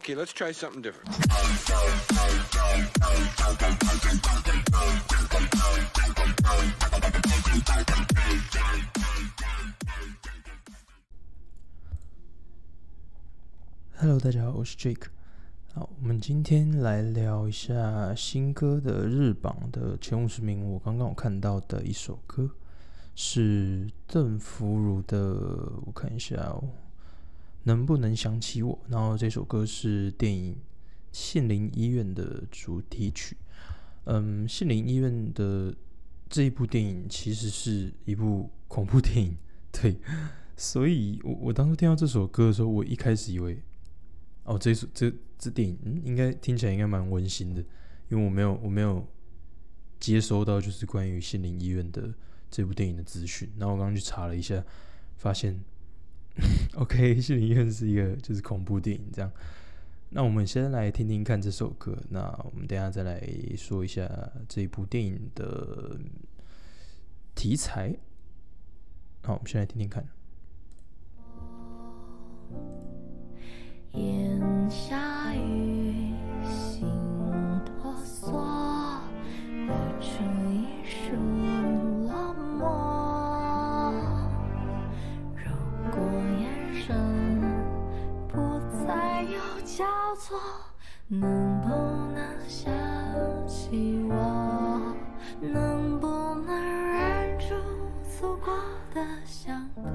Okay, let's try something different. Hello， 大家好，我是 Jake。好，我们今天来聊一下新歌的日榜的前50名。我刚刚有看到的一首歌是邓福如的，我看一下哦，能不能想起我？然后这首歌是电影《杏林医院》的主题曲。杏林医院的这一部电影其实是一部恐怖电影，对，所以我当初听到这首歌的时候，我一开始以为，哦，这电影应该听起来应该蛮温馨的，因为我没有接收到就是关于杏林医院的这部电影的资讯，然后我刚刚去查了一下，发现，OK， 杏林医院是一个就是恐怖电影这样。那我们先来听听看这首歌，那我们等一下再来说一下这一部电影的题材。好，我们先来听听看。 檐下雨，心哆嗦，绘出一束落寞。如果眼神不再有交错，能不能想起我？能不能忍住走过的巷口？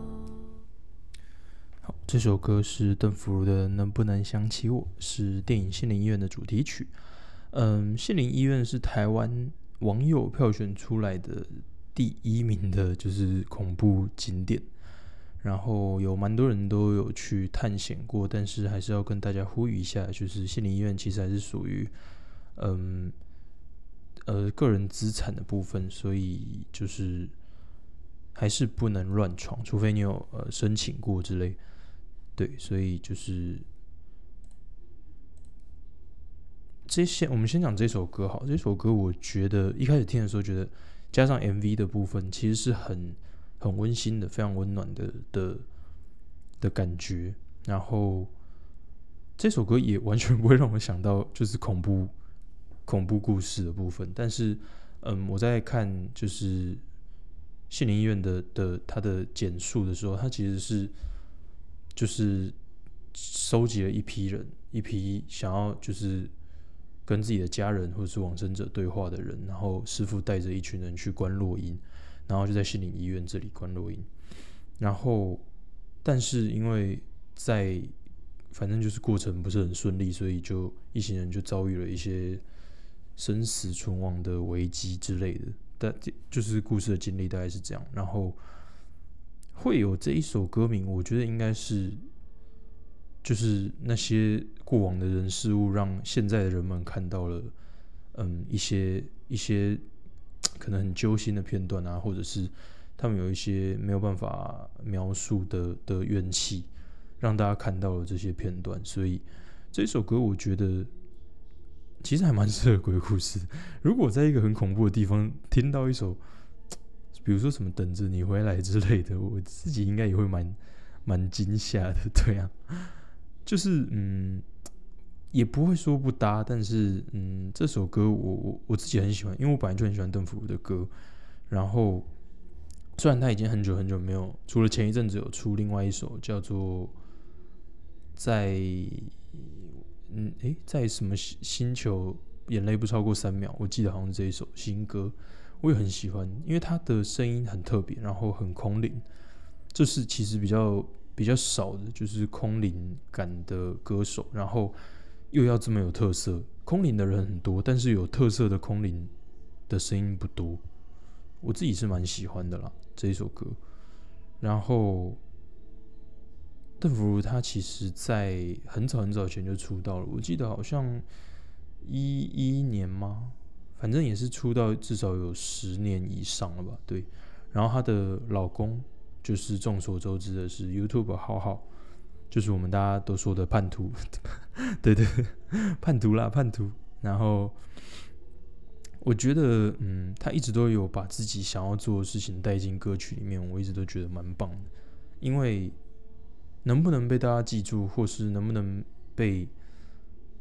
好，这首歌是邓福如的《能不能想起我》，是电影《杏林医院》的主题曲。杏林医院是台湾网友票选出来的第1名的，就是恐怖景点。然后有蛮多人都有去探险过，但是还是要跟大家呼吁一下，就是杏林医院其实还是属于个人资产的部分，所以就是还是不能乱闯，除非你有申请过之类。对，所以就是我们先讲这首歌好。这首歌我觉得一开始听的时候，觉得加上 MV 的部分，其实是很温馨的，非常温暖的感觉。然后这首歌也完全不会让我想到就是恐怖故事的部分。但是我在看就是杏林医院的它的简述的时候，它其实是就是收集了一批人，一批想要就是跟自己的家人或者是往生者对话的人，然后师父带着一群人去观落阴，然后就在杏林医院这里观落阴。然后但是因为反正就是过程不是很顺利，所以就一行人就遭遇了一些生死存亡的危机之类的。但就是故事的经历大概是这样。然后会有这一首歌名，我觉得应该是就是那些过往的人事物，让现在的人们看到了一些可能很揪心的片段啊，或者是他们有一些没有办法描述的怨气，让大家看到了这些片段。所以这首歌我觉得其实还蛮适合鬼故事。如果在一个很恐怖的地方听到一首比如说什么等着你回来之类的，我自己应该也会蛮惊吓的。对啊，就是也不会说不搭，但是这首歌我自己很喜欢，因为我本来就很喜欢邓福如的歌。然后虽然他已经很久没有，除了前一阵子有出另外一首叫做在什么星球眼泪不超过3秒，我记得好像是这一首新歌，我也很喜欢，因为他的声音很特别，然后很空灵，这是其实比较少的，就是空灵感的歌手，然后又要这么有特色。空灵的人很多，但是有特色的空灵的声音不多，我自己是蛮喜欢的啦这一首歌。然后邓福如他其实在很早前就出道了，我记得好像11年吗？反正也是出道至少有10年以上了吧。对，然后她的老公就是众所周知的是 YouTube 浩浩，就是我们大家都说的叛徒，对，叛徒啦，叛徒。然后我觉得他一直都有把自己想要做的事情带进歌曲里面，我一直都觉得蛮棒的。因为能不能被大家记住，或是能不能被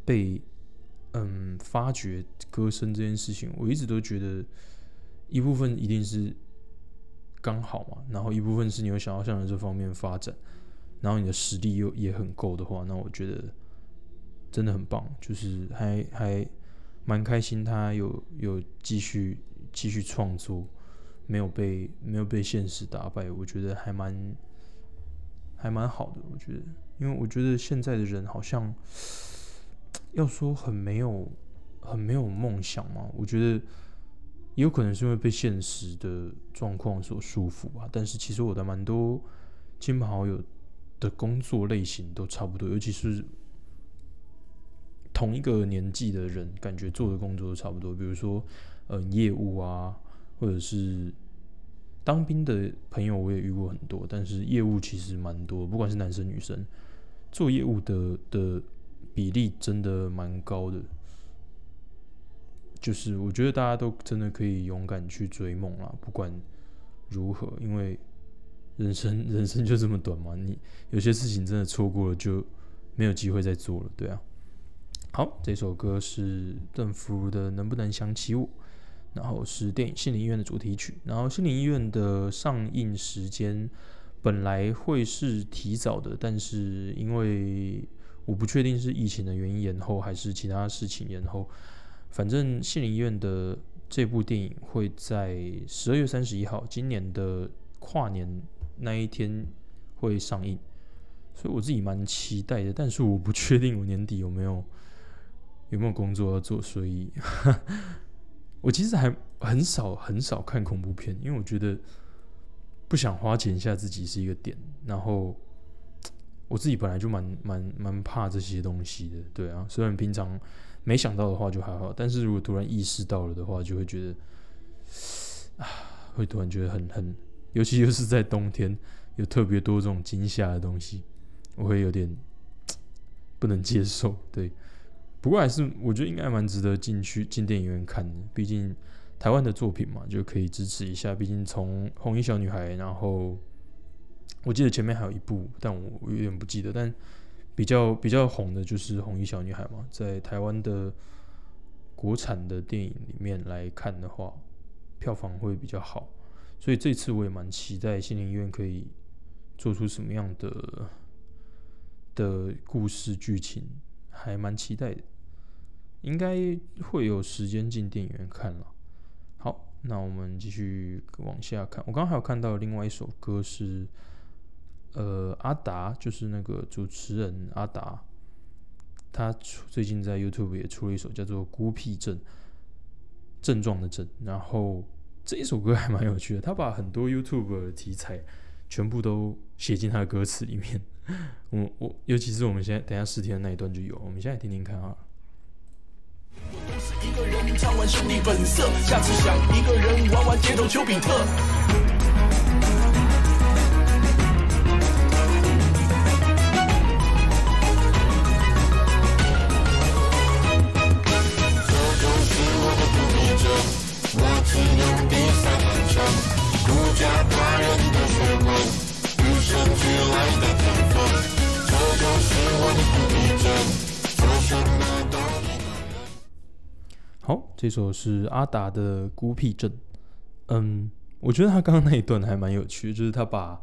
被发掘歌声这件事情，我一直都觉得一部分一定是刚好嘛，然后一部分是你有想要向这方面发展，然后你的实力也很够的话，那我觉得真的很棒，就是还蛮开心，他有继续创作，没有被现实打败，我觉得还蛮好的，我觉得，因为我觉得现在的人好像要说很没有梦想嘛，我觉得也有可能是因为被现实的状况所束缚吧。但是其实我的蛮多亲朋好友的工作类型都差不多，尤其是同一个年纪的人，感觉做的工作都差不多。比如说，业务啊，或者是当兵的朋友，我也遇过很多。但是业务其实蛮多，不管是男生女生，做业务的比例真的蛮高的。就是我觉得大家都真的可以勇敢去追梦啦，不管如何，因为人生就这么短嘛，你有些事情真的错过了就没有机会再做了，对啊。好，这首歌是邓福如的《能不能想起我》，然后是电影《心灵医院》的主题曲。然后《心灵医院》的上映时间本来会是提早的，但是因为我不确定是疫情的原因延后，还是其他事情延后，反正《心灵医院》的这部电影会在12月31号，今年的跨年那一天会上映，所以我自己蛮期待的。但是我不确定我年底有没有工作要做，所以我其实还很少看恐怖片，因为我觉得不想花钱吓自己是一个点。然后我自己本来就蛮怕这些东西的，对啊。虽然平常没想到的话就还好，但是如果突然意识到了的话，就会觉得会突然觉得很，尤其又是在冬天，有特别多这种惊吓的东西，我会有点不能接受，对。不过还是我觉得应该蛮值得进电影院看的，毕竟台湾的作品嘛，就可以支持一下。毕竟从红衣小女孩，然后我记得前面还有一部，但我有点不记得。但比较红的就是红衣小女孩嘛，在台湾的国产的电影里面来看的话，票房会比较好。所以这次我也蛮期待心灵医院可以做出什么样的故事剧情，还蛮期待的。应该会有时间进电影院看了。好，那我们继续往下看。我刚刚还有看到另外一首歌是，阿达，就是那个主持人阿达，他最近在 YouTube 也出了一首叫做《孤僻症》，症状的症。然后这一首歌还蛮有趣的，他把很多 YouTube 的题材全部都写进他的歌词里面。尤其是我们现在等一下试听的那一段就有，我们现在听听看啊。 我都是一个人唱完兄弟本色，下次想一个人玩玩街头丘比特。这就是我的孤僻症，我只用第三人称，孤家寡人的学问，与生俱来的天分。这就是我的孤僻症，做什么都一个人。 好，这首是阿达的《孤僻症》。我觉得他刚刚那一段还蛮有趣的，就是他把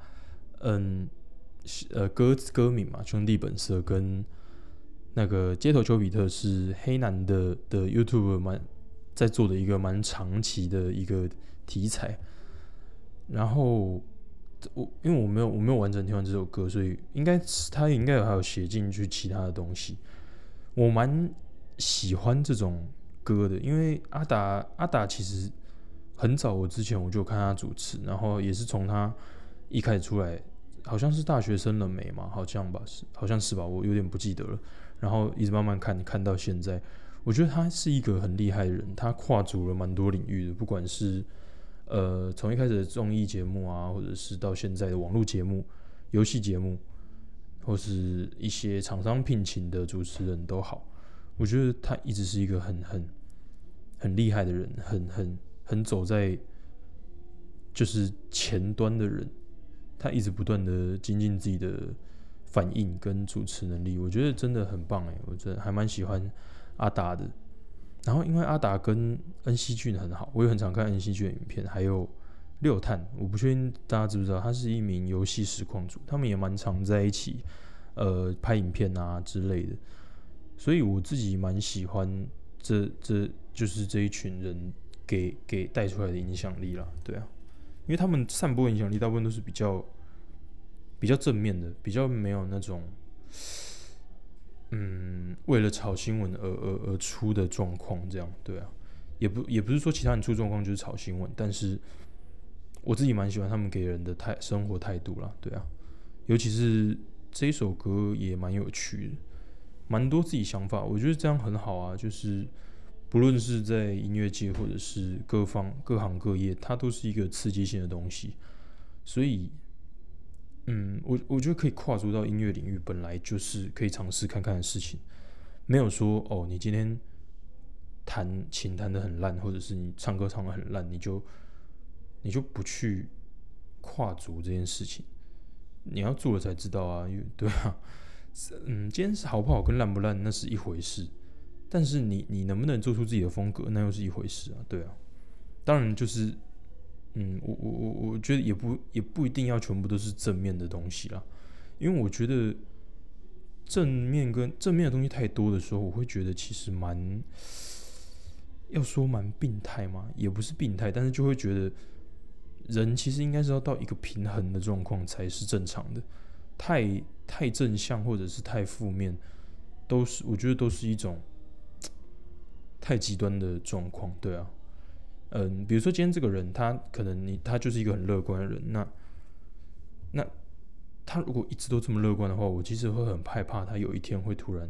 歌名嘛，兄弟本色跟那个街头丘比特是黑男的 YouTube 在做的一个蛮长期的一个题材。然后因为我没有完整听完这首歌，所以他应该还有写进去其他的东西。我蛮喜欢这种歌的，因为阿达其实很早，我之前我就有看他主持，然后也是从他一开始出来，好像是大学生了没嘛，好像是吧，我有点不记得了。然后一直慢慢看到现在，我觉得他是一个很厉害的人，他跨足了蛮多领域的，不管是从一开始的综艺节目啊，或者是到现在的网络节目、游戏节目，或是一些厂商聘请的主持人都好。我觉得他一直是一个很厉害的人，很走在就是前端的人。他一直不断的精进自己的反应跟主持能力，我觉得真的很棒我真的还蛮喜欢阿达的。然后因为阿达跟恩熙俊很好，我也很常看恩熙俊的影片，还有六探，我不确定大家知不知道，他是一名游戏实况主，他们也蛮常在一起拍影片啊之类的，所以我自己蛮喜欢这就是这一群人给带出来的影响力啦，对啊，因为他们散播影响力大部分都是比较正面的，比较没有那种为了炒新闻而出的状况，这样对啊，也不是说其他人出状况就是炒新闻，但是我自己蛮喜欢他们给人的生活态度啦，对啊，尤其是这一首歌也蛮有趣的，蛮多自己想法，我觉得这样很好啊，就是不论是在音乐界或者是各行各业，它都是一个刺激性的东西，所以我觉得可以跨足到音乐领域，本来就是可以尝试看看的事情，没有说你今天弹琴弹得很烂，或者是你唱歌唱得很烂，你就不去跨足这件事情，你要做了才知道啊，对啊，今天是好不好跟烂不烂那是一回事，但是你能不能做出自己的风格，那又是一回事啊，对啊，当然就是。我觉得也不一定要全部都是正面的东西啦，因为我觉得正面的东西太多的时候，我会觉得其实要说蛮病态嘛，也不是病态，但是就会觉得人其实应该是要到一个平衡的状况才是正常的，太正向或者是太负面，我觉得都是一种太极端的状况，对啊。比如说今天这个人，他就是一个很乐观的人，那他如果一直都这么乐观的话，我其实会很害怕他有一天会突然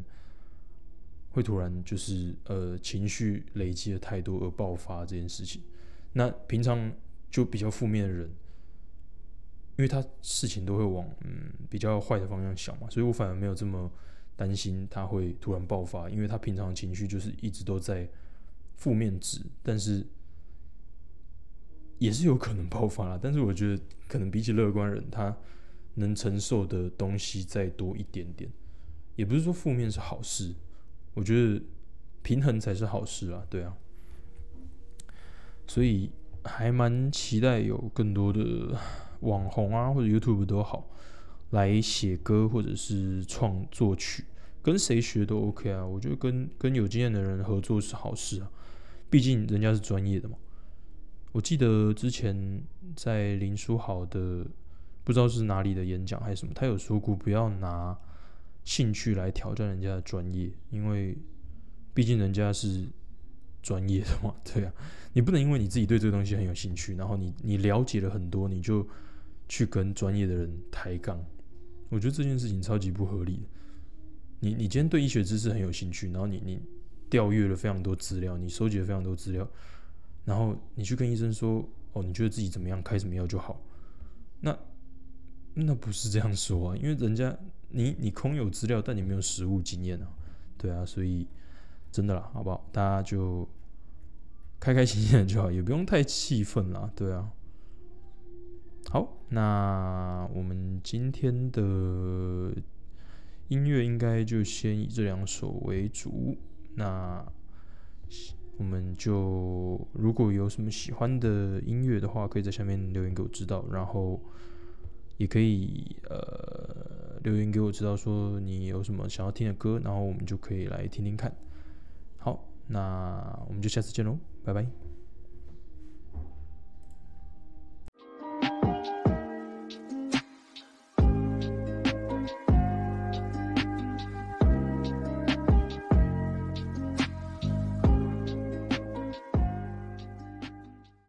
就是情绪累积的太多而爆发这件事情。那平常就比较负面的人，因为他事情都会往比较坏的方向想嘛，所以我反而没有这么担心他会突然爆发，因为他平常情绪就是一直都在负面值，但是也是有可能爆发啦，但是我觉得可能比起乐观人，他能承受的东西再多一点点，也不是说负面是好事，我觉得平衡才是好事啊，对啊，所以还蛮期待有更多的网红啊或者 YouTube 都好来写歌或者是创作曲，跟谁学都 OK 啊，我觉得跟有经验的人合作是好事啊，毕竟人家是专业的嘛。我记得之前在林书豪的不知道是哪里的演讲还是什么，他有说过不要拿兴趣来挑战人家的专业，因为毕竟人家是专业的嘛，对啊，你不能因为你自己对这个东西很有兴趣，然后你了解了很多，你就去跟专业的人抬杠，我觉得这件事情超级不合理的。你今天对医学知识很有兴趣，然后你调阅了非常多资料，你收集了非常多资料。然后你去跟医生说，你觉得自己怎么样，开什么药就好，那不是这样说啊，因为人家你空有资料，但你没有实务经验啊，对啊，所以真的啦，好不好？大家就开开心心的就好，也不用太气愤啦，对啊。好，那我们今天的音乐应该就先以这2首为主，那。我们就如果有什么喜欢的音乐的话，可以在下面留言给我知道，然后也可以留言给我知道说你有什么想要听的歌，然后我们就可以来听听看。好，那我们就下次见喽，拜拜。